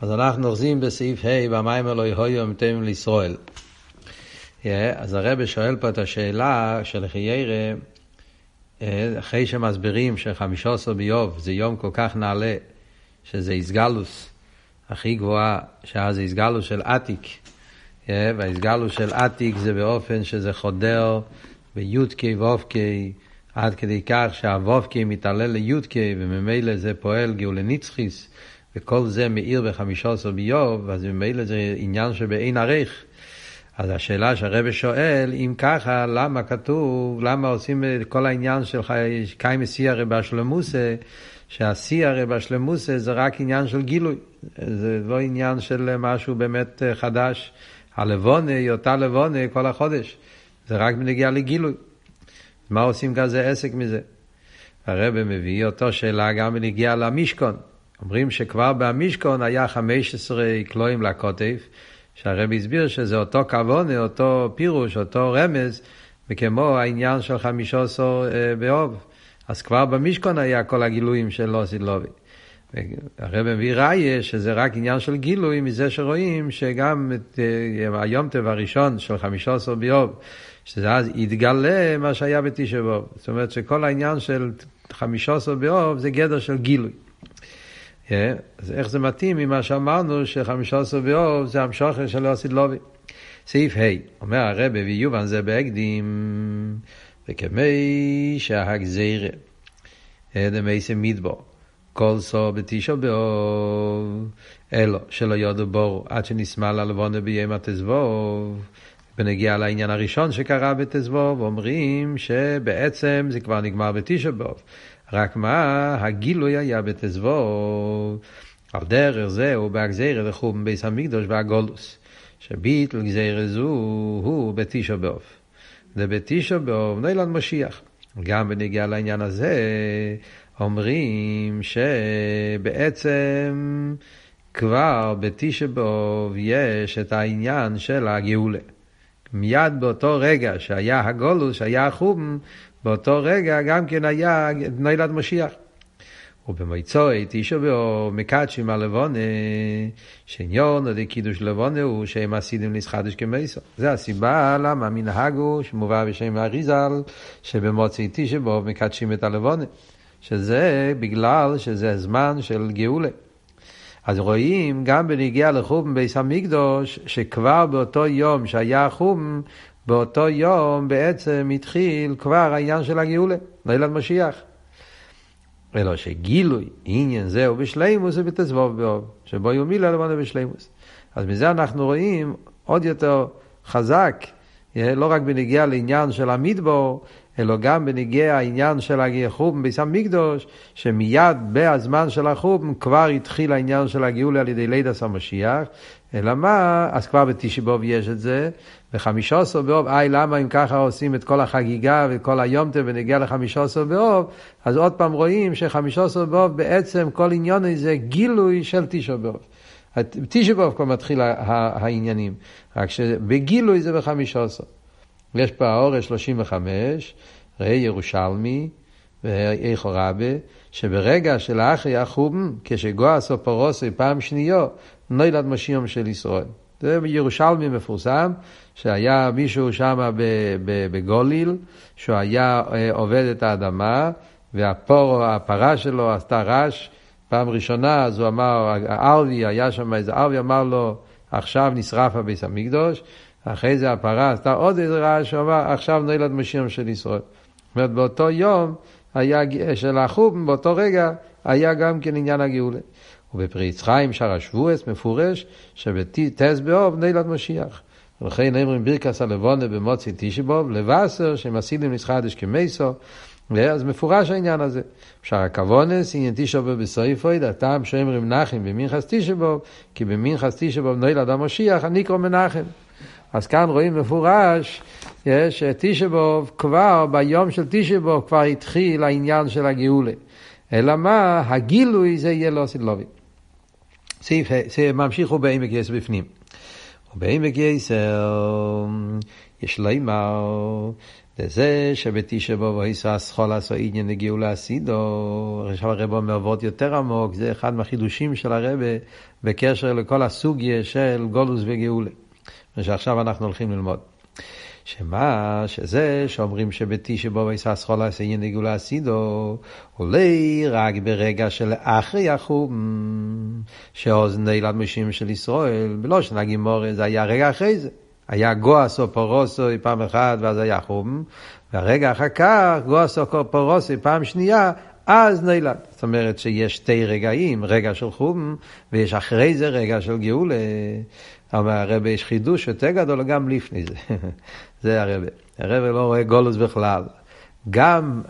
אז אנחנו אוחזים בסעיף ה' במים אלוהי הויו מתאימים לישראל. אז הרב שואל פה את השאלה של חיירה, אחרי שמסבירים ש15 ביוב זה יום כל כך נעלה, שזה הסגלוס הכי גבוהה, שאז זה הסגלוס של עתיק, וההסגלוס של עתיק זה באופן שזה חודר ביודקי ואופקי, עד כדי כך שהוופקי מתעלה ליודקי, וממילא זה פועל גאולה נצחיס, וכל זה מאיר ב15 ביוב, אז ממילא זה עניין שבאין ערך. אז השאלה שהרב שואל, אם ככה, למה כתוב, למה עושים כל העניין של קיימא סייערא בשלמוסה, שהסייערא בשלמוסה זה רק עניין של גילוי, זה לא עניין של משהו באמת חדש. הלבונה היא אותה לבונה כל החודש, זה רק בנגיע לגילוי. מה עושים כזה עסק מזה? הרב מביא אותו שאלה גם בנגיע למשכון. אומרים שכבר במשכון היה 15 קלויים לקוטף, שהרב הסביר שזה אותו כוונה, אותו פירוש, אותו רמז, וכמו העניין של 15 באוב. אז כבר במשכון היה כל הגילויים של לא סילובי. הרב מביא ראיה שזה רק עניין של גילוי, מזה שרואים שגם את היום טבע הראשון של 15 באוב, שזה אז יתגלה מה שהיה בתשעה באוב. זאת אומרת שכל העניין של 15 באוב זה גדר של גילוי. אז איך זה מתאים ממה שאמרנו ש15 באוב זה המשוחר של לא סילובי. סעיף ה' אומר הרב ויובן זה בהקדים, וכמי שהגזירה דמייסי מדבור כל סור בתשעה באוב אלו שלא יודו בור עד שנסמל הלבונה ביום התזבוב. ונגיע לעניין הראשון שקרה בתזבוב, אומרים שבעצם זה כבר נגמר בתשעה באוב, רק מה, הגילוי היה בתזבוב. על דרך זה הוא בהגזירה לחורבן בית המקדש והגולוס, שביטל גזירה זו הוא בתשעה באוב. זה בתשעה באוב נולד משיח. גם בנגיע לעניין הזה אומרים שבעצם כבר בתשעה באוב יש את העניין של הגאולה. מיד באותו רגע שהיה הגולוס, שהיה החורבן, באותו רגע גם כן היה נולד משיח. ובמועצוי תשעה באוב מקדשים הלבונה, שעניון עד קידוש לבונה הוא שהם עשידים לסחדש כמייסו. זה הסיבה למה המנהג הוא שמובא בשם האריזל, שבמוצאי תשעה באוב מקדשים את הלבונה, שזה בגלל שזה זמן של גאולה. אז רואים גם בנגיע לחורבן בית המקדש, שכבר באותו יום שהיה חורבן, באותו יום בעצם התחיל כבר העניין של הגאולה, נולד משיח. אלא שגילוי עניין זהו בשלימוס זה בתזבוב באוב, שבו יומיל הלבונה בשלימוס. אז מזה אנחנו רואים עוד יותר חזק, לא רק בנגיע לעניין של המדבור, אלא גם בנגיע העניין של החורבן בית המקדש, שמיד בזמן של החורבן כבר התחיל העניין של הגאולה על ידי לידת המשיח. אלא מה? אז כבר בתשעה באוב יש את זה, ב15 באוב, למה אם ככה עושים את כל החגיגה וכל היום טוב ונגיע ל15 באוב, אז עוד פעם רואים ש15 באוב בעצם כל עניין זה גילוי של תשעה באוב. תשעה באוב כבר מתחיל העניינים, רק שבגילוי זה ב15. יש פה האורש 35, ראי ירושלמי ואיכו רבה, שברגע של האחרי החורבן, כשגוע סופורוסי פעם שנייה, נולד משיח של ישראל. זה בירושלמי מפורסם, שהיה מישהו שם בגוליל, שהוא היה עובד את האדמה, והפרה שלו עשתה רעש. פעם ראשונה, אז הוא אמר, הערבי, היה שם איזה ערבי, אמר לו, עכשיו נשרף בית המקדש, אחרי זה הפרה עשתה עוד איזה רעש, הוא אמר, עכשיו נולד משיח של ישראל. זאת אומרת, באותו יום, היה של החורבן, באותו רגע, היה גם כן עניין הגאולה. ובפריץ חיים שר השבועס מפורש שבתשעה באוב נולד משיח. ולכן אומרים ברכת הלבונה במוצאי תשעה באוב לבשר שמסידים לסחדש כמייסו, אז מפורש העניין הזה. אפשר הכוונס עניין תשעה באוב בסויפוי, הטעם שאומרים נחם במנחס תשעה באוב, כי במנחס תשעה באוב נולד המשיח הנקרא מנחם. אז כאן רואים מפורש שתשעה באוב כבר ביום של תשעה באוב כבר התחיל העניין של הגאולה. אלא מה? הגילוי זה יהיה לא סילובי. סעיף ממשיך ובאים בגייס בפנים. ובאים בגייס יש לימר זה שבתשע באב ויסע הסחול עשו עניין לגאולה עשידו. עכשיו הרב אומר ועוד יותר עמוק, זה אחד מהחידושים של הרב בקשר לכל הסוגיה של גולוס וגאולה, ושעכשיו אנחנו הולכים ללמוד. שמה שזה שאומרים שבתשע באב ויסע הסחול עשו עניין לגאולה עשידו, אולי רק ברגע של אחרי החום שעוז נילד משים של ישראל, בלא שנגימור זה היה רגע אחרי זה, היה גואסו פורוסו פעם אחת ואז היה חום, והרגע אחר כך גואסו פורוסו פעם שנייה, אז נילד. זאת אומרת שיש שתי רגעים, רגע של חום ויש אחרי זה רגע של גאולה. אבל הרב יש חידוש יותר גדול גם לפני זה. זה הרב לא רואה גולוס בכלל. גם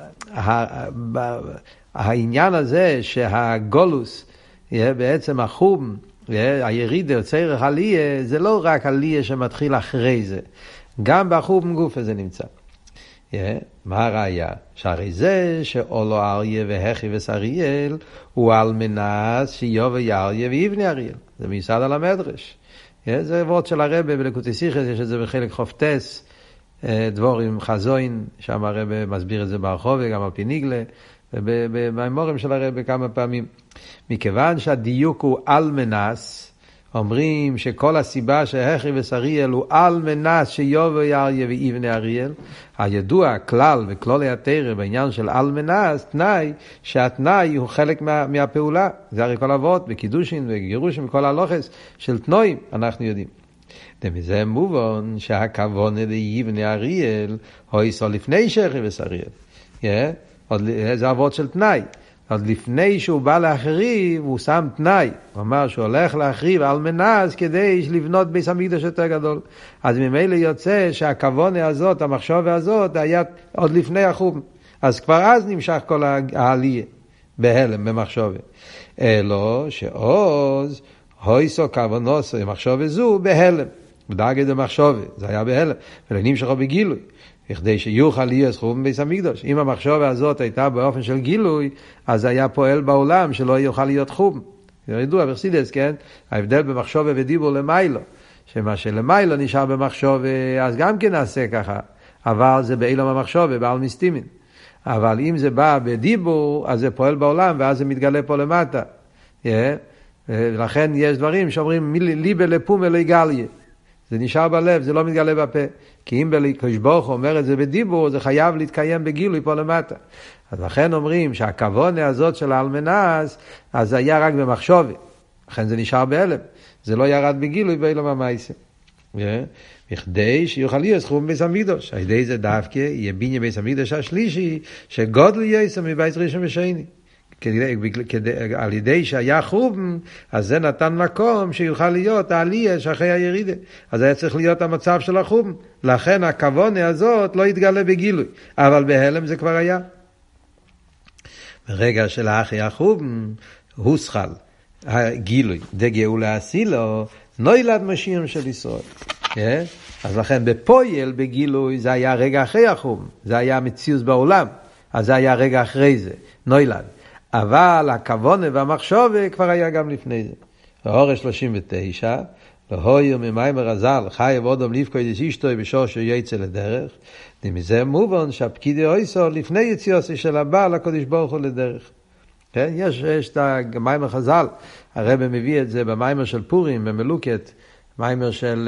העניין הזה שהגולוס בעצם החום, הירידה, צורך עלייה, זה לא רק עלייה שמתחיל אחרי זה. גם בחום גוף הזה נמצא. מה הראיה? שהרי זה שאולו אריה והכי וסריאל הוא על מנס שיובי אריה ויבני אריאל. זה מיסד על המדרש. זה עבוד של הרב בליקוטי שיחס, יש את זה בחלק חופטס, דבורים חזוין, שם הרב מסביר את זה ברחוב וגם על פי ניגלה, ובמימורים של הרב כמה פעמים. מכיוון שהדיוק הוא על מנס, אומרים שכל הסיבה שהכי וסריאל הוא על מנס שיובי אריה ויבני אריאל, הידוע כלל וכלולי התורה בעניין של על מנס, תנאי, שהתנאי הוא חלק מהפעולה. זה הרי כל אבות בקידושין וגירושים וכל הלוחס של תנועים, אנחנו יודעים. ומזה מובן שהכוונה ליבני אריאל הויסו לפני שהכי וסריאל. זה אבות של תנאי. עוד לפני שהוא בא להחריב, הוא שם תנאי. הוא אמר שהוא הולך להחריב על מנס כדי לבנות בית המקדש יותר גדול. אז ממילא יוצא שהכוונה הזאת, המחשבה הזאת, היה עוד לפני החום. אז כבר אז נמשך כל העלייה בהלם, במחשבה. אלו שעוז, הויסו כוונוסו, המחשבה זו בהלם. בדרגת המחשבה, זה היה בהלם. ולנמשכו בגילוי. כדי שיוכל להיות חום בית המקדש. אם המחשבה הזאת הייתה באופן של גילוי, אז היה פועל בעולם שלא יוכל להיות חום. ידוע בחסידות, כן? ההבדל במחשבה ודיבור למיילו, שמה שלמיילו נשאר במחשבה, אז גם כן נעשה ככה. אבל זה באילום המחשבה, בעל מסתימין. אבל אם זה בא בדיבור, אז זה פועל בעולם, ואז זה מתגלה פה למטה. ולכן יש דברים שאומרים, ליבה לפום אלא יגליה. זה נשאר בלב, זה לא מתגלה בפה. כי אם בקדוש ברוך הוא אומר את זה בדיבור, זה חייב להתקיים בגילוי פה למטה. אז לכן אומרים שהכוונה הזאת של האלמנס, אז זה היה רק במחשבה. לכן זה נשאר בהלם. זה לא ירד בגילוי באילום המעשה. בכדי שיוכל להיות חום בית המקדש. על ידי זה דווקא יהיה בניין בית המקדש השלישי, שגודל יסע מבית ראשון ושני. על ידי שהיה חום, אז זה נתן מקום שיוכל להיות העלייה שאחרי הירידה. אז היה צריך להיות המצב של החום. לכן הכוונה הזאת לא התגלה בגילוי. אבל בהלם זה כבר היה. ברגע של האחרי החום, הוא שחל. הגילוי, דגאולה עשילו, נולד משיח של ישראל. אז לכן בפועל בגילוי זה היה רגע אחרי החום. זה היה מציאות בעולם. אז זה היה רגע אחרי זה. נולד. אבל הכוונה והמחשבה כבר היה גם לפני זה. באור 39, להויר ממיימר הזל, חייב אודם לבכות את אשתו בשור שיצא לדרך, ומזה מובן שהפקידי אויסו לפני יציאתו של הבעל הקדוש ברוך הוא לדרך. כן? יש את המיימר חז"ל, הרב מביא את זה במיימר של פורים, במלוקת, מיימר של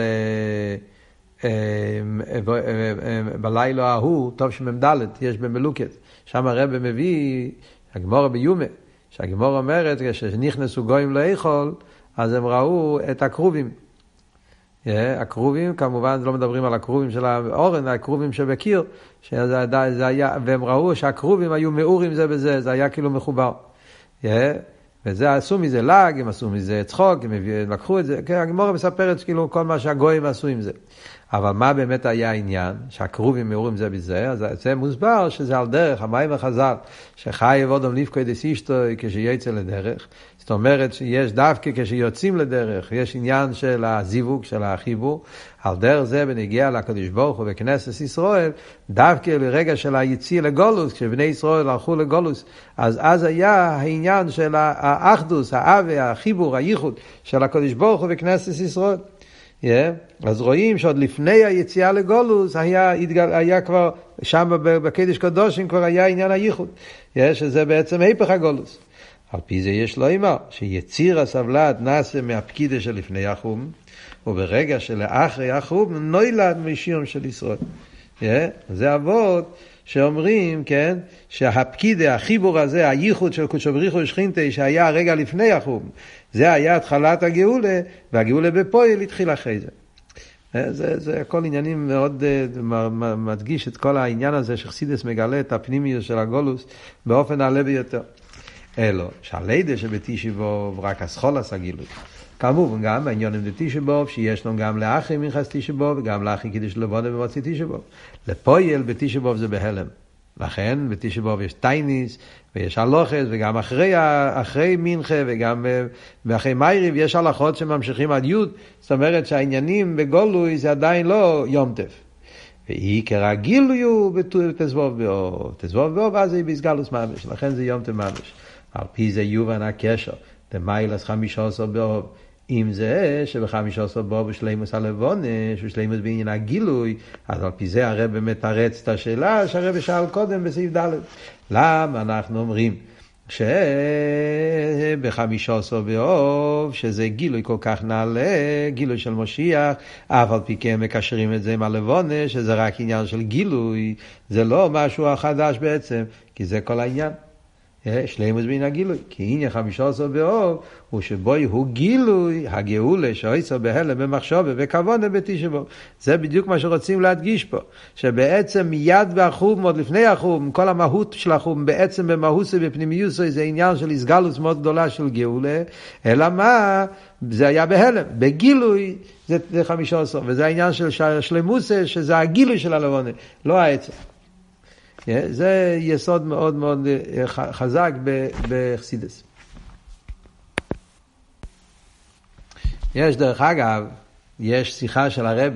בלילה ההוא, טוב שממדלת, יש במלוקת, שם הרב מביא הגמורה ביומה, שהגמורה אומרת, כשנכנסו גויים לאכול, אז הם ראו את הקרובים. הקרובים, כמובן לא מדברים על הקרובים של האורן, הקרובים שבקיר, שזה היה, והם ראו שהקרובים היו מאורים זה בזה, זה היה כאילו מחובר. וזה עשו מזה לג, הם עשו מזה צחוק, הם לקחו את זה, הגמורה מספרת כאילו כל מה שהגויים עשו עם זה. אבל מה באמת היה העניין? שהקרובים מאורים זה בזה, אז זה מוסבר שזה על דרך, המים החז"ל, שחייב אודם לבכות את אשתו כשיצא לדרך. זאת אומרת שיש דווקא כשיוצאים לדרך, יש עניין של הזיווג, של החיבור, על דרך זה בנגיע לקדוש ברוך הוא בכנסת ישראל, דווקא לרגע של היציאה לגולוס, כשבני ישראל הלכו לגולוס, אז היה העניין של האחדוס, האווה, החיבור, הייחוד של הקדוש ברוך הוא בכנסת ישראל. אז רואים שעוד לפני היציאה לגולוס היה כבר, שם בקדש קדושים כבר היה עניין הייחוד, שזה בעצם היפך הגולוס. על פי זה יש לו אמר, שיציר הסבלת נעשה מהפקידה של לפני החום, וברגע שלאחרי החום נולד משיום של ישראל. זה אבות שאומרים, כן, שהפקידה, החיבור הזה, הייחוד של קודשא בריך הוא שכינתה, שהיה הרגע לפני החום, זה היה התחלת הגאולה, והגאולה בפועל התחיל אחרי זה. זה הכל עניינים מאוד מדגיש את כל העניין הזה שחסידס מגלה את הפנימיות של הגולוס באופן העלה ביותר. אלו, שהלידה שבתשעה באב רק הסחולס הגילוי. כמובן גם בעניונים בתשעה באב שיש לנו גם לאחרי מנחס תשעה באב וגם לאחרי קידוש לבונה במוצאי תשעה באב. לפועל בתשעה באב זה בהלם. לכן בתשעה באב יש טייניס ויש הלוכס וגם אחרי מנחה וגם אחרי מייריב יש הלכות שממשיכים עד י'. זאת אומרת שהעניינים בגולוי זה עדיין לא יום טף. ועיקר הגילוי הוא בתזבוב באב. תזבוב באב אז זה בסגלוס ממש. לכן זה יום טף ממש. על פי זה יובן הקשר. דמיילס 15 באב. אם זה שב-15 באב ושלימוס הלבונה, ששלימוס בעניין הגילוי, אז על פי זה הרב מתרץ את השאלה שהרב שאל קודם בסעיף ד'. למה אנחנו אומרים שב-15 באב, שזה גילוי כל כך נעלה, גילוי של משיח, אף על פי כן מקשרים את זה עם הלבונה, שזה רק עניין של גילוי, זה לא משהו חדש בעצם, כי זה כל העניין. שלימוס בין הגילוי, כי עניין 15 באב הוא שבו הוא גילוי הגאולה שעושה בהלם במחשבה וכוונה בתשעה באב. זה בדיוק מה שרוצים להדגיש פה, שבעצם מיד בחום, עוד לפני החום, כל המהות של החום בעצם במהות ובפנימיוס זה עניין של הסגלוס מאוד גדולה של גאולה, אלא מה? זה היה בהלם, בגילוי זה 15, וזה העניין של שלימוס שזה הגילוי של הלבונה, לא העצם. זה יסוד מאוד מאוד חזק בחסידס. יש דרך אגב, יש שיחה של הרב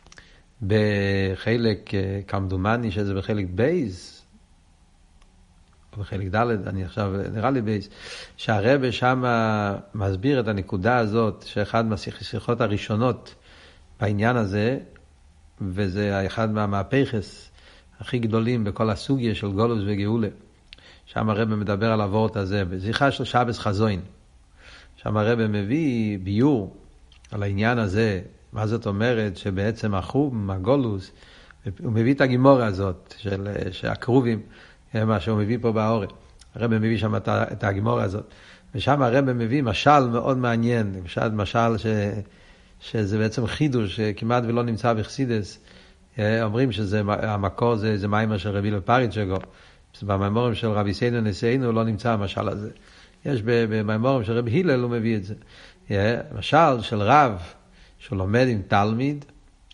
בחלק כמדומני שזה בחלק בייס, או בחלק ד', אני עכשיו נראה לי בייס, שהרב שם מסביר את הנקודה הזאת, שאחד מהשיחות הראשונות בעניין הזה, וזה אחד מהמהפכס, הכי גדולים בכל הסוגיה של גולוס וגאולה. שם הרב מדבר על הוורט הזה, בזיחה של שבס חזוין. שם הרב מביא ביור על העניין הזה, מה זאת אומרת שבעצם החום, הגולוס, הוא מביא את הגימורה הזאת, של הקרובים, מה שהוא מביא פה באורן. הרב מביא שם את הגימורה הזאת. ושם הרב מביא משל מאוד מעניין, משל שזה בעצם חידוש, שכמעט ולא נמצא בחסידס, אומרים שזה המקור זה מיימר של רבי לפריצ'גו. במיימורים של רבי סיינו נשיאנו לא נמצא המשל הזה. יש במיימורים של רבי הלל הוא מביא את זה. משל של רב שלומד עם תלמיד,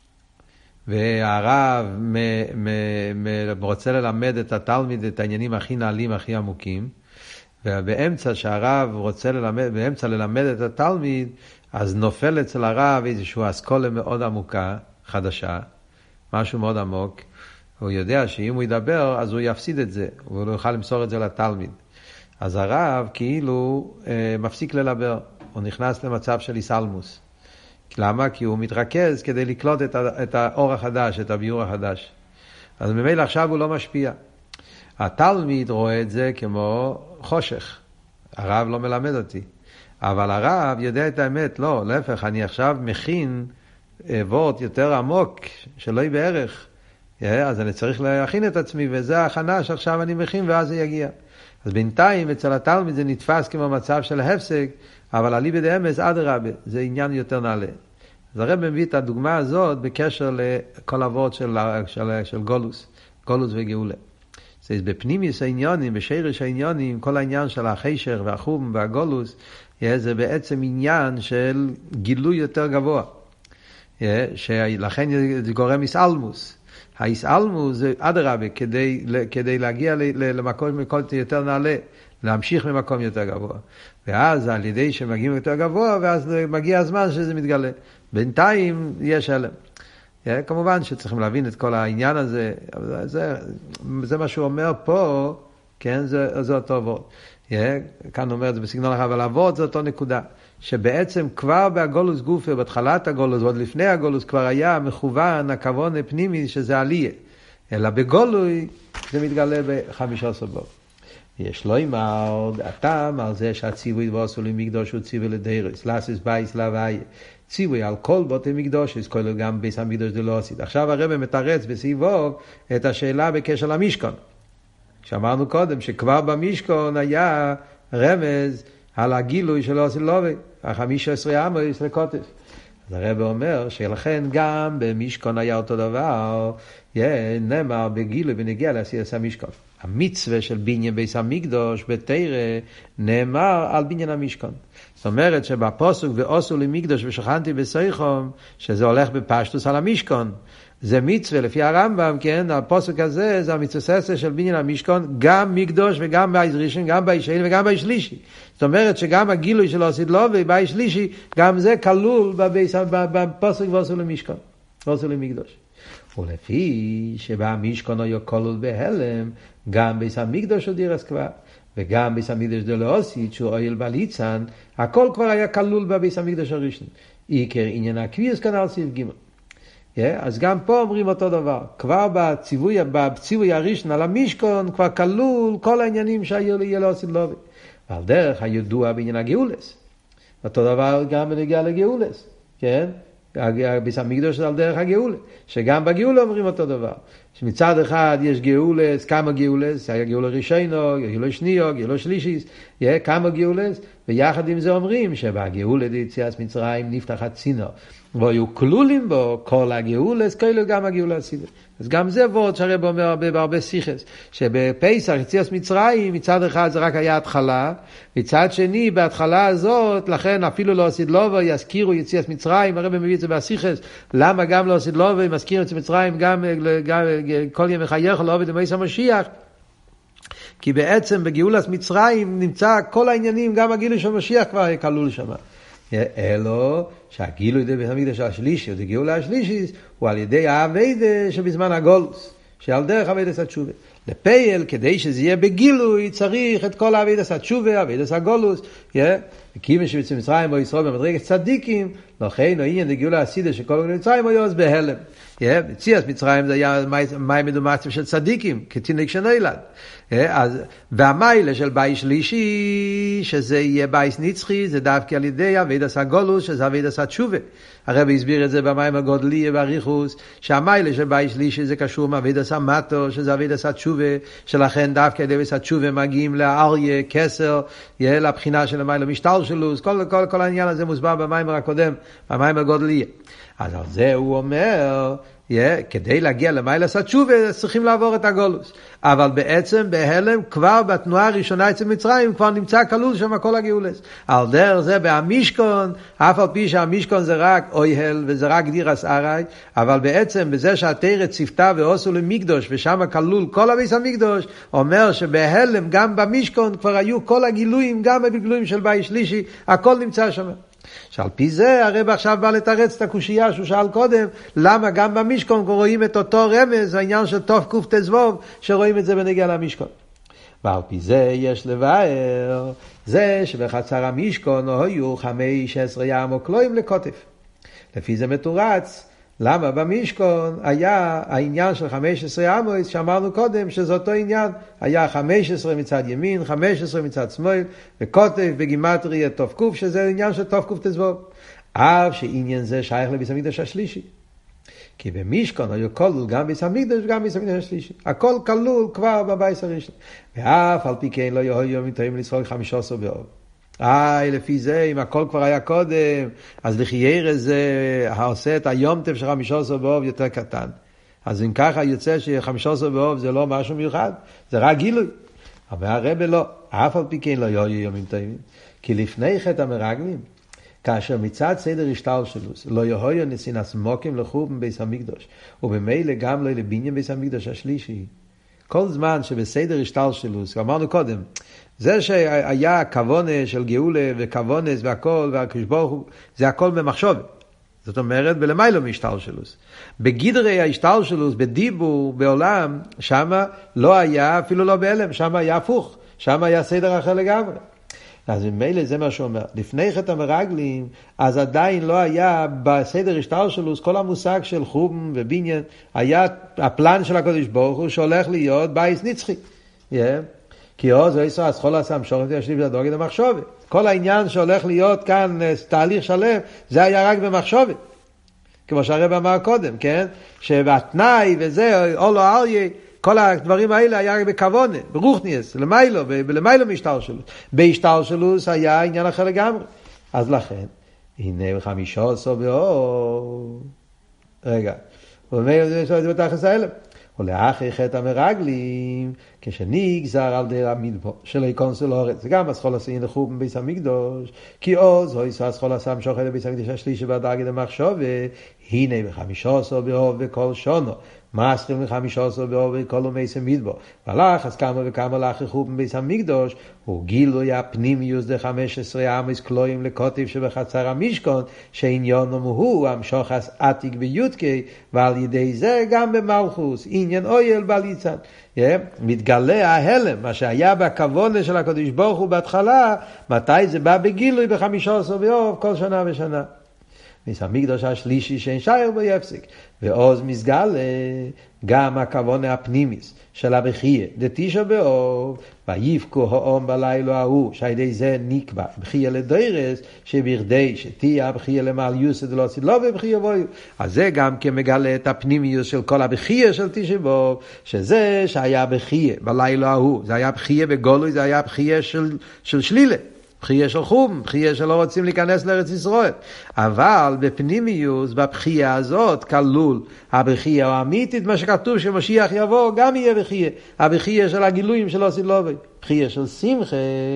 והרב רוצה ללמד את התלמיד את העניינים הכי נעלים, הכי עמוקים, ובאמצע שהרב רוצה ללמד את התלמיד, אז נופל אצל הרב איזושהי אסכולה מאוד עמוקה, חדשה, משהו מאוד עמוק. הוא יודע שאם הוא ידבר אז הוא יפסיד את זה, הוא לא יוכל למסור את זה לתלמיד. אז הרב כאילו מפסיק לדבר, הוא נכנס למצב של איסלמוס. למה? כי הוא מתרכז כדי לקלוט את האור החדש, את הביור החדש. אז ממילא עכשיו הוא לא משפיע. התלמיד רואה את זה כמו חושך. הרב לא מלמד אותי. אבל הרב יודע את האמת, לא, להפך, אני עכשיו מכין וורט יותר עמוק, שלא יהיה בערך. אז אני צריך להכין את עצמי, וזה ההכנה שעכשיו אני מכין, ואז זה יגיע. אז בינתיים אצל התלמיד זה נתפס כמו מצב של הפסק, אבל אליבא דאמס אדרבה, זה עניין יותר נעלה. אז הרב מביא את הדוגמה הזאת בקשר לכל הוורט של גולוס וגאולה. זה בפנימיוס העניונים, בשרש העניונים, כל העניין של החשך והחום והגולוס, זה בעצם עניין של גילוי יותר גבוה. שלכן זה גורם איסאלמוס. האיסאלמוס זה אדרבה, כדי להגיע למקום יותר נעלה, להמשיך ממקום יותר גבוה. ואז על ידי שמגיעים יותר גבוה, ואז מגיע הזמן שזה מתגלה. בינתיים יש הלם. כמובן שצריכים להבין את כל העניין הזה, זה מה שהוא אומר פה, כן, זה אותו וורט. כאן אומר את זה בסגנון אחר, אבל הוורט זה אותו נקודה, שבעצם כבר בהגולוס גופה, בהתחלת הגולוס, ועוד לפני הגולוס, כבר היה מכוון הכוון הפנימי שזה עלייה. אלא בגולוי זה מתגלה ב-15 בו. יש לו אמר, הטעם על זה שהציווי ועשו למקדוש הוא ציווי לדיירס, לאסיס בייס להוויה. ציווי על כל בוטי מקדוש, כולל גם ביס המקדוש דלא עשית. עכשיו הרב מתרץ בסביבו את השאלה בקשר למשכון. שאמרנו קודם שכבר במשכון היה רמז על הגילוי שלא עשית לובי, 15 עמוס לקוטף. אז הרב אומר שלכן גם במשכון היה אותו דבר, נאמר בגילוי ונגיע לעשיית המשכון. המצווה של בניין ביס המקדוש בתורה נאמר על בניין המשכון. זאת אומרת שבפסוק ועשו למקדוש ושכנתי בסייחום, שזה הולך בפשטוס על המשכון, זה מצווה לפי הרמב"ם, כן, הפסוק הזה זה המצווה של בניין המשכון, גם מקדוש וגם בייס ראשון, גם בייס שני וגם בייס שלישי. זאת אומרת שגם הגילוי של עשית לו ובייס שלישי, גם זה כלול בפסוק ועשו למשכון, ועשו למקדוש. ולפי שבמשכון היה כלול בהלם, גם ביס המקדוש הוא דירס כבר, וגם ביס המקדוש דלא עשית, שהוא אוהל בליצן, הכל כבר היה כלול בביס המקדוש הראשון. עיקר עניין הקביעס כאן על סעיף ג'. אז גם פה אומרים אותו דבר. כבר בציווי הראשון על המשכון, כבר כלול כל העניינים שהיו לא עשית לו. ועל דרך הידוע בעניין הגאולס. אותו דבר גם בנגיע לגאולס. כן? ביס המקדוש על דרך הגאולה, שגם בגאולה אומרים אותו דבר, שמצד אחד יש גאולס, כמה גאולס, היה גאולה ראשינו, גאולה שניו, גאולה שלישיס, כמה גאולס, ויחד עם זה אומרים שבגאולה דיציאת מצרים נפתח הצינור, והיו כלולים בו כל הגאולס, כאילו גם הגאולה הסידית. אז גם זה וורט שהרב אומר בהרבה שיחס, שבפסח יציאת מצרים מצד אחד זה רק היה התחלה, מצד שני בהתחלה הזאת, לכן אפילו לא עשית לובו יזכירו יציאת מצרים, הרב מביא את זה בשיחס, למה גם לא עשית לובו מזכיר יציאת מצרים, גם כל ימי חייך לא עובד למעשה המשיח, כי בעצם בגאולת מצרים נמצא כל העניינים, גם הגילוי של משיח כבר כלול שם. אלו שהגילוי בית המקדש השלישי, או הגאולה השלישית, הוא על ידי העבודה שבזמן הגולוס, שעל דרך עבודת התשובה. לפייל, כדי שזה יהיה בגילוי, צריך את כל עבודת התשובה, עבודת הגולוס, וכיוון שבצל מצרים או ישראל במדרגת צדיקים, לכן העניין לגאולה הסידה שכל גאולה מצרים היו אז בהלם. יציאת מצרים זה היה מים מדומצים של צדיקים, כתינוק שנולד. והמיילה של בייס שלישי, שזה יהיה בייס נצחי, זה דווקא על ידי עבודת הגולוס, שזה עבודת התשובה. הרב הסביר את זה במים הגודלי ובריחוס, שהמיילה של בייס שלישי זה קשור מעבודת המטו, שזה עבודת התשובה, שלכן דווקא על עבודת התשובה מגיעים לאריה, כסר, יהיה לבחינה של המיילה משטר שלו, כל העניין הזה מוסבר במים הקודם, במים הגודלי. אז על זה הוא אומר, כדי להגיע למיילס התשובה צריכים לעבור את הגולוס, אבל בעצם בהלם כבר בתנועה הראשונה אצל מצרים כבר נמצא כלול שם כל הגאולס. על דרך זה בהמשכון, אף על פי שהמשכון זה רק אוהל וזה רק דירס ארעי, אבל בעצם בזה שהתורה ציוותה ועשו למקדוש ושם כלול כל הביס המקדוש, אומר שבהלם גם במשכון כבר היו כל הגילויים, גם בגילויים של בית שלישי, הכל נמצא שם. שעל פי זה הרב עכשיו בא לתרץ את הקושייה שהוא שאל קודם, למה גם במשכון רואים את אותו רמז, העניין של תוף קוף תזבוב, שרואים את זה בנגיע למשכון. ועל פי זה יש לבאר, זה שבחצר המשכון היו 15 ימו כלואים לקוטף. לפי זה מתורץ, למה במשכון היה העניין של 15 עמוס, שאמרנו קודם שזה אותו עניין, היה 15 מצד ימין, 15 מצד שמאל, וקוטף בגימטריה תוף קוף, שזה עניין של תוף קוף תזבוב. אף שעניין זה שייך לביס המקדש השלישי. כי במשכון היו כלול גם ביס המקדש וגם ביס המקדש השלישי. הכל כלול כבר בבייס הראשון. ואף על פי כן לא יהיו מתאים לצחוק 15 באוב. לפי זה, אם הכל כבר היה קודם, אז לחייר זה עושה את היום טף של 15 באוב יותר קטן. אז אם ככה יוצא ש15 באוב זה לא משהו מיוחד, זה רק גילוי. אבל הרב לא, אף על פי כן לא יהיו יומים טובים. כי לפני חטא המרגלים, כאשר מצד סדר השתלשלות לא יהיו נסינס מוקים לחורבן בית המקדש, ובמילא גם לא לבניין בית המקדש השלישי. כל זמן שבסדר השתלשלות, אמרנו קודם, זה שהיה כוונה של גאולה וכוונס והכל והקדוש ברוך הוא, זה הכל במחשבה. זאת אומרת, בלמיילו מהשתלשלות. בגדרי ההשתלשלות, בדיבור, בעולם, שמה לא היה, אפילו לא בהלם, שמה היה הפוך. שמה היה סדר אחר לגמרי. אז ממילא זה מה שאומר. לפני חטא המרגלים, אז עדיין לא היה בסדר השטר שלו, כל המושג של חורבן ובניין, היה הפלן של הקדוש ברוך הוא שהולך להיות בייס נצחי. כי עוז וישראל אז כל עשם שוכת ישליב לדוגת המחשובת. כל העניין שהולך להיות כאן תהליך שלם, זה היה רק במחשובת. כמו שהרב אמר קודם, כן? שבתנאי וזה, אולו אריה, כל הדברים האלה היה רק בכוונה, ברוחניאס, למיילו משתלשלוס. בהשתלשלוס היה עניין אחר לגמרי. אז לכן, הנה 15 באור. רגע. ואומר, זה בתחס האלה. ולאחרי חטא המרגלים, כשנגזר על דרך המדבר של היכונסו לארץ, זה גם הסחול עשה ינחו בביס המקדוש, כי עוז הויסו הסחול עשה משוחד בביס המקדוש השלישי בדרגת המחשוב, הנה ב15 באוב בכל שונו, מסחיל מ15 באוב בכל ומייס המדבר, והלך אז כמה וכמה לאחרי בביס המקדוש, הוא גילוי הפנימיוס דה 15 עמוס קלויים לקוטיב שבחצר המשכון, שעניונם הוא המשוחס עתיק ביודקי, ועל ידי זה גם במלכוס, עניין אויל בליצן. מתגלה ההלם, מה שהיה בכוונה של הקדוש ברוך הוא בהתחלה, מתי זה בא בגילוי ב15 באוב כל שנה ושנה. ביס המקדוש השלישי שאין שייר בו יפסק. ועוז מסגלה גם הכוונה הפנימיס של הבחיה, דתישה באוב, ויפקו האום בלילה ההוא, שהידי זה נקבע, בחיה לדיירס, שבכדי שתהיה הבחיה למעל יוסד לא עשית לא ובחיה בואו. אז זה גם כמגלה את הפנימיוס של כל הבחיה של תישה באוב, שזה שהיה בחיה בלילה ההוא, זה היה בחיה בגולוי, זה היה בחיה של שלילה. בחייה של חום, בחייה שלא רוצים להיכנס לארץ ישראל. אבל בפנימיוס, בבחייה הזאת, כלול הבחייה האמיתית, מה שכתוב שמשיח יבוא, גם יהיה בחייה. הבחייה של הגילויים של הסילובי. בחייה של שמחה,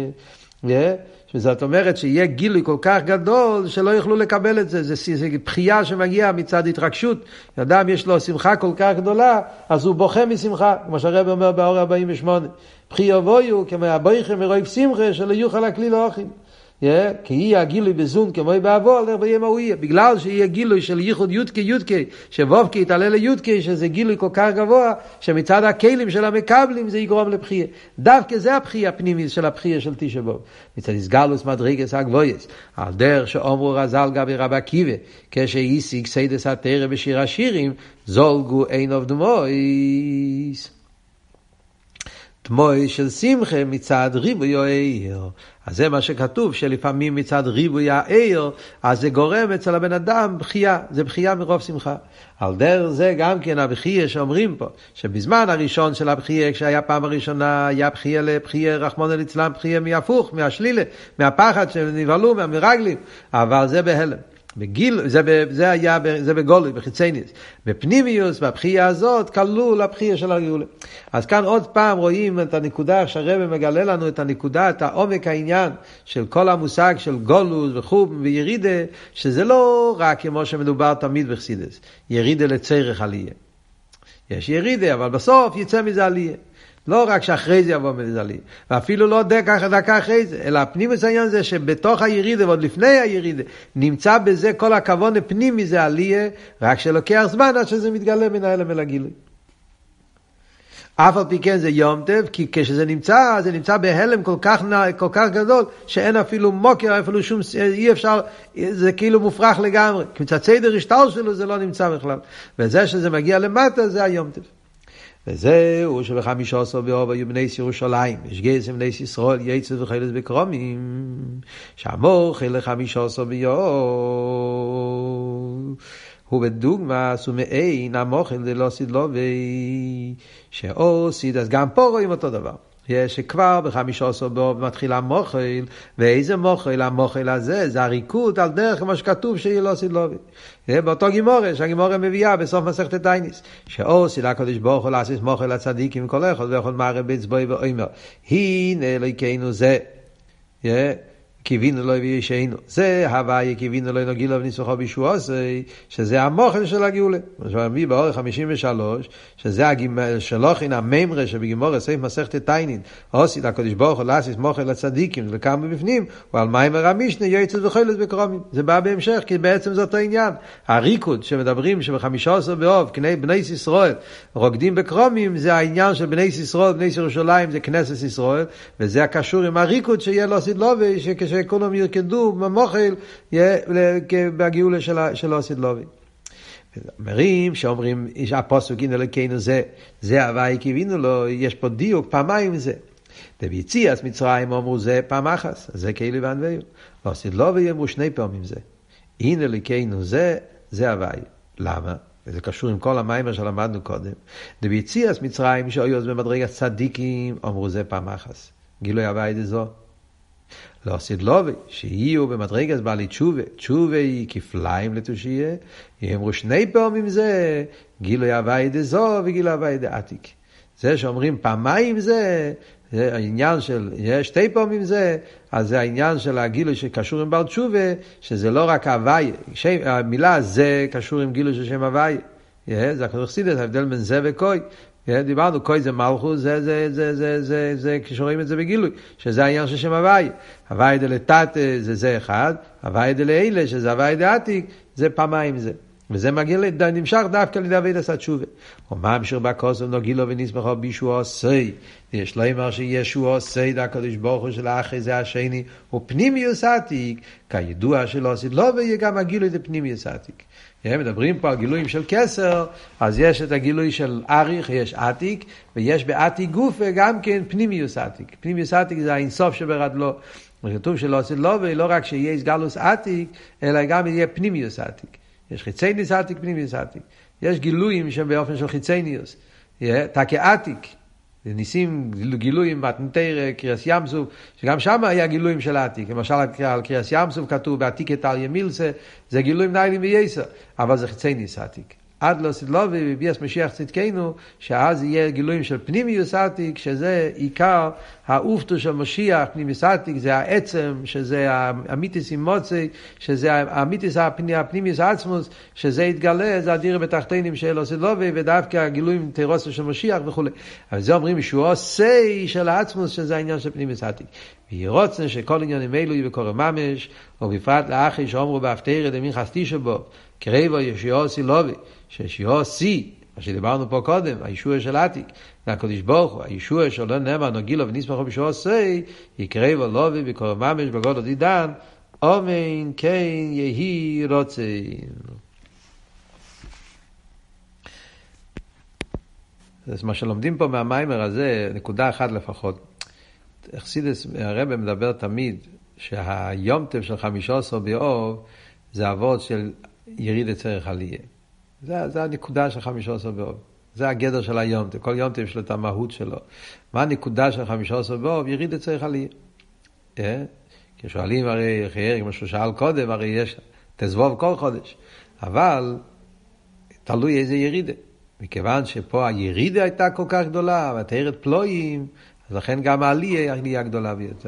זאת אומרת שיהיה גילוי כל כך גדול שלא יוכלו לקבל את זה. זה בחייה שמגיעה מצד התרגשות. אדם יש לו שמחה כל כך גדולה, אז הוא בוכה משמחה, כמו שהרב אומר באור 48. בחייה בויו כמו הבויכה מרוב שמחה שלא יוכל הכליל האחים. כי יהיה הגילוי בזון כמו בעבור על דרך בימה הוא יהיה. בגלל שיהיה גילוי של ייחוד יודקי יודקי, שבובקי יתעלה ליודקי, שזה גילוי כל כך גבוה, שמצד הכלים של המקבלים זה יגרום לבחייה. דווקא זה הבחייה הפנימית של הבחייה של תשעה באב. מצד הסגלוס מדרגס הגבויס, על דרך שאומרו רז"ל גבי רבי עקיבא, כשהשיג סיידס התורה בשיר השירים, זולגו אין אוף דמויס. דמוי של שמחה מצד ריבוי העיר. אז זה מה שכתוב, שלפעמים מצד ריבוי העיר, אז זה גורם אצל הבן אדם בחייה, זה בחייה מרוב שמחה. על דרך זה גם כן הבחייה שאומרים פה, שבזמן הראשון של הבחייה, כשהיה פעם הראשונה, היה בחייה לבחייה רחמנא ליצלן, בחייה מהפוך, מהשלילה, מהפחד שנבהלו, מהמרגלים, אבל זה בהלם. בגיל, זה בגולוי, בחיצייניס. בפנימיוס, בבחייה הזאת, כלול הבחייה של הגאולה. אז כאן עוד פעם רואים את הנקודה, שהרבא מגלה לנו את הנקודה, את העומק העניין של כל המושג של גולוס וחום וירידה, שזה לא רק כמו שמדובר תמיד בחסידות, ירידה לצריך עלייה. יש ירידה, אבל בסוף יצא מזה עלייה. לא רק שאחרי זה יבוא מזלי, ואפילו לא דקה אחרי זה, אלא הפנימוס העניין זה שבתוך הירידה ועוד לפני הירידה נמצא בזה כל הכוון הפנימי זה עלייה, רק שלוקח זמן עד שזה מתגלה מן ההלם אל הגילוי. אף על פי כן זה יום טוב, כי כשזה נמצא, זה נמצא בהלם כל כך גדול, שאין אפילו מוקר, אפילו שום, אי אפשר, זה כאילו מופרך לגמרי. כי מצד סדר השטר שלו זה לא נמצא בכלל. וזה שזה מגיע למטה זה היום טוב. וזהו שב15 באב היו בני ירושלים, יש גייסם בני ישראל יצא וחילס בקרומים, שהמוכל 15 באב הוא בדוגמה סומאין המוכל דלא סדלובי, שעוsid, אז גם פה רואים אותו דבר. שכבר ב15 באב מתחיל המוכל, ואיזה מוכל? המוכל הזה זה הריקוד על דרך כמו שכתוב שיהיה לא סדלובי. באותו גימורה, שהגימורה מביאה בסוף מסכת תייניס, שעוsid הקדוש ברוך הוא לעשות מוכל לצדיקים כל אחד ואחד מערב באצבעו ואומר, הנה אלוהינו זה, קיווינו לו וישענו. זה הוויה קיווינו לו נגילה וניסוחו בישועוסי, שזה המוחן של הגאולה. מה מביא באורך 53, שזה שלוחין הממרה שבגימור סעיף מסכת תיינין, עושית הקדוש ברוך הוא לעשות מוחן לצדיקים, וכמה בפנים, ועל מיימר המשנה יועצת וחילת בקרומים. זה בא בהמשך, כי בעצם זה אותו עניין. הריקוד שמדברים שב-15 באוב, בני ישראל רוקדים בקרומים, זה העניין של בני ישראל, בני ירושלים, זה כנסת ישראל, וזה הקשור עם הריקוד שיהיה לו סדלובי, שכולם ירקדו במוחל בגאולה של הסדלובי. אומרים שהפסוק הנה אלוקינו זה הווי קיווינו לו, יש פה דיוק פעמיים זה. ביציאת מצרים אמרו זה פעם אחת, זה כאילו וענווהו. לא סדלובי אמרו שני פעמים זה. הנה אלוקינו זה הווי. למה? זה קשור עם כל המיימר שלמדנו קודם. ביציאת מצרים שהיו במדרגת צדיקים אמרו זה פעם אחת. גילוי הווי דזו. לא סדלובי, שיהיו במדרגת בעלי תשובה היא כפליים לתושייה, יאמרו שני פעמים זה, גילוי הווי דזו וגילוי הווי דעתיק. זה שאומרים פעמיים זה העניין של, יש שתי פעמים זה, אז זה העניין של הגילוי שקשור עם בעל תשובה, שזה לא רק הווי, המילה זה קשור עם גילוי של שם הווי. זה הכתוב חסידות, ההבדל בין זה וכוי. דיברנו, כוי זה מלכות, זה כשרואים את זה בגילוי, שזה העניין של שם הווי. הווי דלתת זה אחד, הווי דלאלה, שזה הווי דעתיק, זה פעמיים זה. וזה מגיע נמשך דווקא לידי עבודת התשובה. ומה המשך בכוס ונוגילו ונסמכו בישוע עושי. יש לו אמר שישוע עושי הקדוש ברוך הוא של האחרי זה השני, הוא פנימיוס עתיק, כידוע שלא עשית לא ויהיה גם הגילוי לפנימיוס עתיק. מדברים פה על גילויים של כסר, אז יש את הגילוי של אריך, יש עתיק, ויש בעתיק גוף גם כן פנימיוס עתיק. פנימיוס עתיק זה האינסוף שברדלו. כתוב שלא עשית לא ולא רק שיהיה סגלוס עתיק, אלא גם יהיה פנימיוס עתיק. יש חיצייניוס עתיק, פנימיוס עתיק. יש גילויים שהם באופן של חיצייניוס. תקי עתיק. ניסים גילויים מתנתר קריאס ים סוף, שגם שם היה גילויים של עתיק. למשל על קריאס ים סוף כתוב בעתיק את אריה מילסה, זה גילויים ניילים וייסר, אבל זה חיצייניוס עתיק. עד לא סדלובי וביאס משיח צדקנו, שאז יהיה גילויים של פנימיוס עתיק, שזה עיקר האופטו של משיח, פנימיוס עתיק, זה העצם, שזה המיתיס עם מוצא, שזה המיתיס הפנימיוס עצמוס, שזה יתגלה, זה הדיר בתחתינים של לא סדלובי, ודווקא הגילויים תירוסו של משיח וכו'. אבל זה אומרים שהוא עושה של העצמוס, שזה העניין של פנימיוס עתיק. וירוצן שכל עניינים אלו וקורא ממש, ובפרט לאחי שאומרו בהפטרה דמין חסתי שבו, קרבו ישוע סילובי, שישוע סי, מה שדיברנו פה קודם, הישוע של עתיק, הקדוש ברוך הוא, הישוע שלא נאמר נגילו ונסמכו בישוע סי, יקרבו לובי וקורא ממש בגודל עידן, אמן כן יהי רוצן. אז מה שלומדים פה מהמיימר הזה, נקודה אחת לפחות. חסידס הרב מדבר תמיד שהיום טוב של 15 באוב זה אבות של יריד צריך עלייה. זה הנקודה של 15 באוב. זה הגדר של היום טוב. כל יום טוב יש לו את המהות שלו. מה הנקודה של 15 באוב? יריד צריך עלייה. כשואלים הרי חיירי, כמו שהוא שאל קודם, הרי יש תזבוב כל חודש. אבל תלוי איזה ירידה. מכיוון שפה הירידה הייתה כל כך גדולה, והתארת פלואים, אז לכן גם העלייה היא העלייה גדולה ביותר.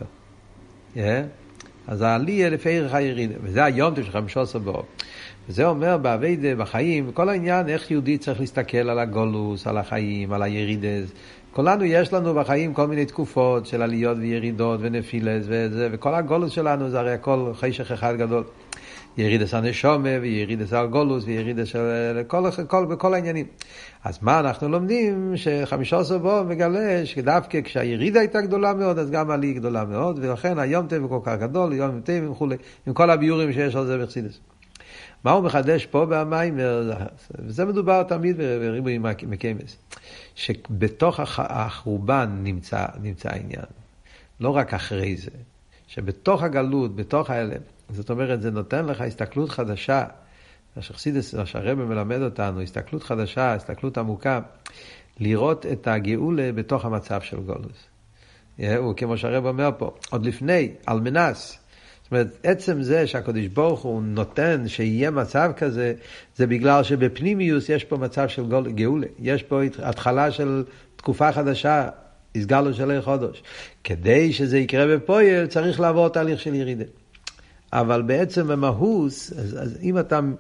אז העלייה לפי ערך הירידה. וזה היום של 15 באוב. וזה אומר בעבודה, בחיים, כל העניין איך יהודי צריך להסתכל על הגולוס, על החיים, על הירידס. כולנו יש לנו בחיים כל מיני תקופות של עליות וירידות ונפילס וזה, וכל הגולוס שלנו זה הרי הכל חשך אחד גדול. ירידס הנשומה וירידס הגולוס וירידס של כל העניינים. אז מה אנחנו לומדים? ש15 באוב מגלה שדווקא כשהירידה הייתה גדולה מאוד, אז גם העלייה גדולה מאוד, ולכן היום טבע כל כך גדול, יום טבע וכו', עם כל הביורים שיש על זה בחסידות. מה הוא מחדש פה במיימר? וזה מדובר תמיד בריבוי מקיימס. שבתוך החורבן נמצא העניין. לא רק אחרי זה. שבתוך הגלות, בתוך האלם, זאת אומרת, זה נותן לך הסתכלות חדשה. שהרב מלמד אותנו, הסתכלות חדשה, הסתכלות עמוקה, לראות את הגאולה בתוך המצב של גולוס. וכמו שהרב אומר פה, עוד לפני, על מנס, זאת אומרת, עצם זה שהקדוש ברוך הוא נותן שיהיה מצב כזה, זה בגלל שבפנימיוס יש פה מצב של גאולה. יש פה התחלה של תקופה חדשה, הסגלו של חודש. כדי שזה יקרה בפועל, צריך לעבור תהליך של ירידה. אבל בעצם במהוס, אז אם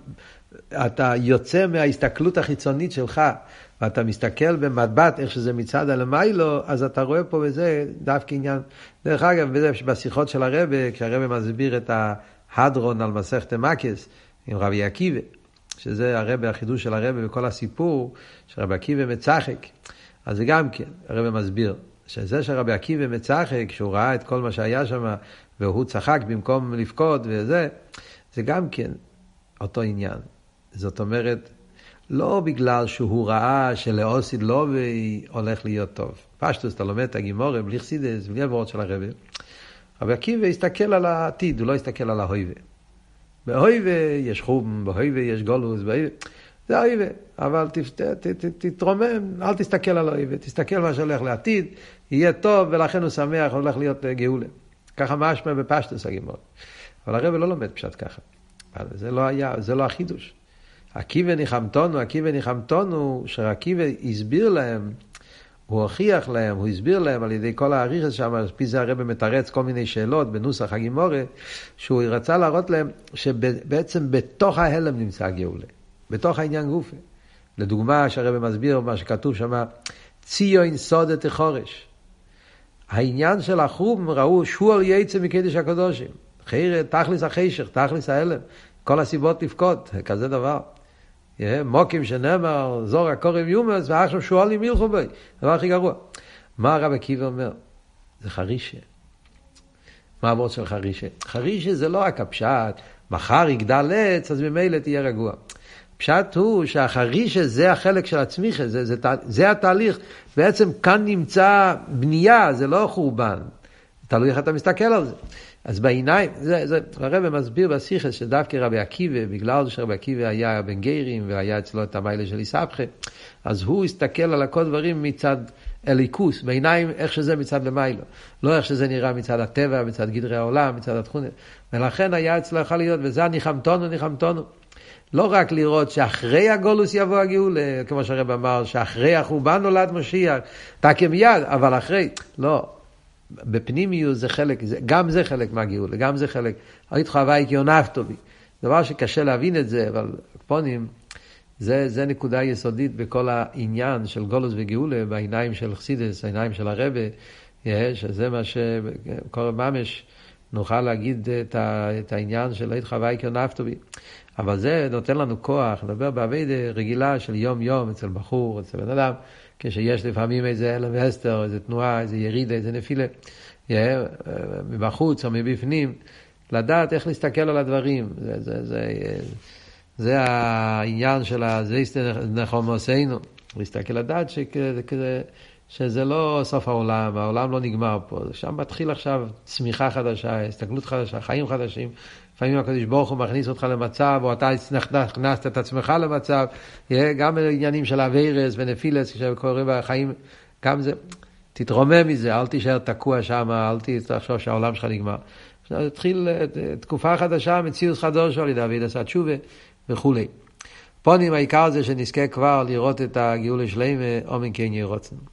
אתה יוצא מההסתכלות החיצונית שלך, ואתה מסתכל במבט איך שזה מצד הלמיילו, אז אתה רואה פה בזה דווקא עניין. דרך אגב, בשיחות של הרבי, כשהרבי מסביר את ההדרון על מסכת מקס, עם רבי עקיבא, שזה הרבי, החידוש של הרבי בכל הסיפור, שרבי עקיבא מצחק. אז זה גם כן, הרבי מסביר, שזה שרבי עקיבא מצחק, כשהוא ראה את כל מה שהיה שם, והוא צחק במקום לפקוד וזה, זה גם כן אותו עניין. זאת אומרת, לא בגלל שהוא ראה שלאוסיד לא הולך להיות טוב. פשטוס, אתה לומד את הגימורה, בלי חסידס, בלי עבורות של הרבי. רבי עקיבא הסתכל על העתיד, הוא לא הסתכל על ההווה. בהווה יש חום, בהווה יש גולוס, בהווה. זה ההווה, אבל תתרומם, אל תסתכל על ההווה, תסתכל מה שהולך לעתיד, יהיה טוב, ולכן הוא שמח, הוא הולך להיות גאולה. ככה משמע בפשטוס הגימורה. אבל הרבי לא לומד פשט ככה. זה לא היה, זה לא החידוש. עקיבא ניחמתונו, שעקיבא הסביר להם, הוא הוכיח להם, הוא הסביר להם על ידי כל העריכה שם, על פי זה הרבי מתרץ כל מיני שאלות בנוסח הגימורה, שהוא רצה להראות להם שבעצם בתוך ההלם נמצא הגאולה, בתוך העניין גופה. לדוגמה, שהרבי מסביר מה שכתוב שם, ציון סודת החורש. העניין של החום ראו שועל יצא מקדש הקדושים. חייר, תכלס החשך, תכלס ההלם, כל הסיבות לפקוד, כזה דבר. מוקים שנאמר, זור הקורם יומס, ועכשיו שואלים מלכו בי. דבר הכי גרוע. מה הרב עקיבא אומר? זה חרישה. מה המות של חרישה? חרישה זה לא רק הפשט, מחר יגדל עץ, אז ממילא תהיה רגוע. פשט הוא שהחרישה זה החלק של הצמיחה, זה התהליך. בעצם כאן נמצא בנייה, זה לא חורבן. תלוי איך אתה מסתכל על זה. אז בעיניים, הרב מסביר בשיחה שדווקא רבי עקיבא, בגלל שרבי עקיבא היה בן גיירים והיה אצלו את המיילה של איסבכה, אז הוא הסתכל על הכל דברים מצד אליקוס, בעיניים איך שזה מצד למיילה, לא איך שזה נראה מצד הטבע, מצד גדרי העולם, מצד התכונה, ולכן היה אצלו יכול להיות, וזה ניחמתונו. לא רק לראות שאחרי הגולוס יבוא הגאולה, כמו שהרב אמר, שאחרי החורבן נולד משיח, תקם מיד, אבל אחרי, לא. בפנימיות זה חלק, גם זה חלק מהגאולה, גם זה חלק, איתך הווי כי עונפתו בי. דבר שקשה להבין את זה, אבל פונים, זה נקודה יסודית בכל העניין של גולוס וגאולה, בעיניים של חסידס, העיניים של הרבה, שזה מה שקורא ממש, נוכל להגיד את העניין של איתך הווי כי עונפתו בי. אבל זה נותן לנו כוח, נדבר בעבודה רגילה של יום אצל בחור, אצל בן אדם, כשיש לפעמים איזה הלם והסתר, איזה תנועה, איזה ירידה, איזה נפילה, מבחוץ או מבפנים, לדעת איך להסתכל על הדברים. זה העניין של הזייסטר נחומוסינו, להסתכל לדעת שזה לא סוף העולם לא נגמר פה. שם מתחיל עכשיו צמיחה חדשה, הסתכלות חדשה, חיים חדשים. לפעמים הקדוש ברוך הוא מכניס אותך למצב, או אתה הכנסת את עצמך למצב, גם עניינים של אביירס ונפילס, שקורה בחיים, גם זה, תתרומם מזה, אל תישאר תקוע שם, אל תחשוב שהעולם שלך נגמר. תתחיל תקופה חדשה, מציאות חדשה, על ידי עבודת התשובה וכו'. פונים העיקר זה שנזכה כבר לראות את הגאולה שלהם, אומן כן יהיה רצון.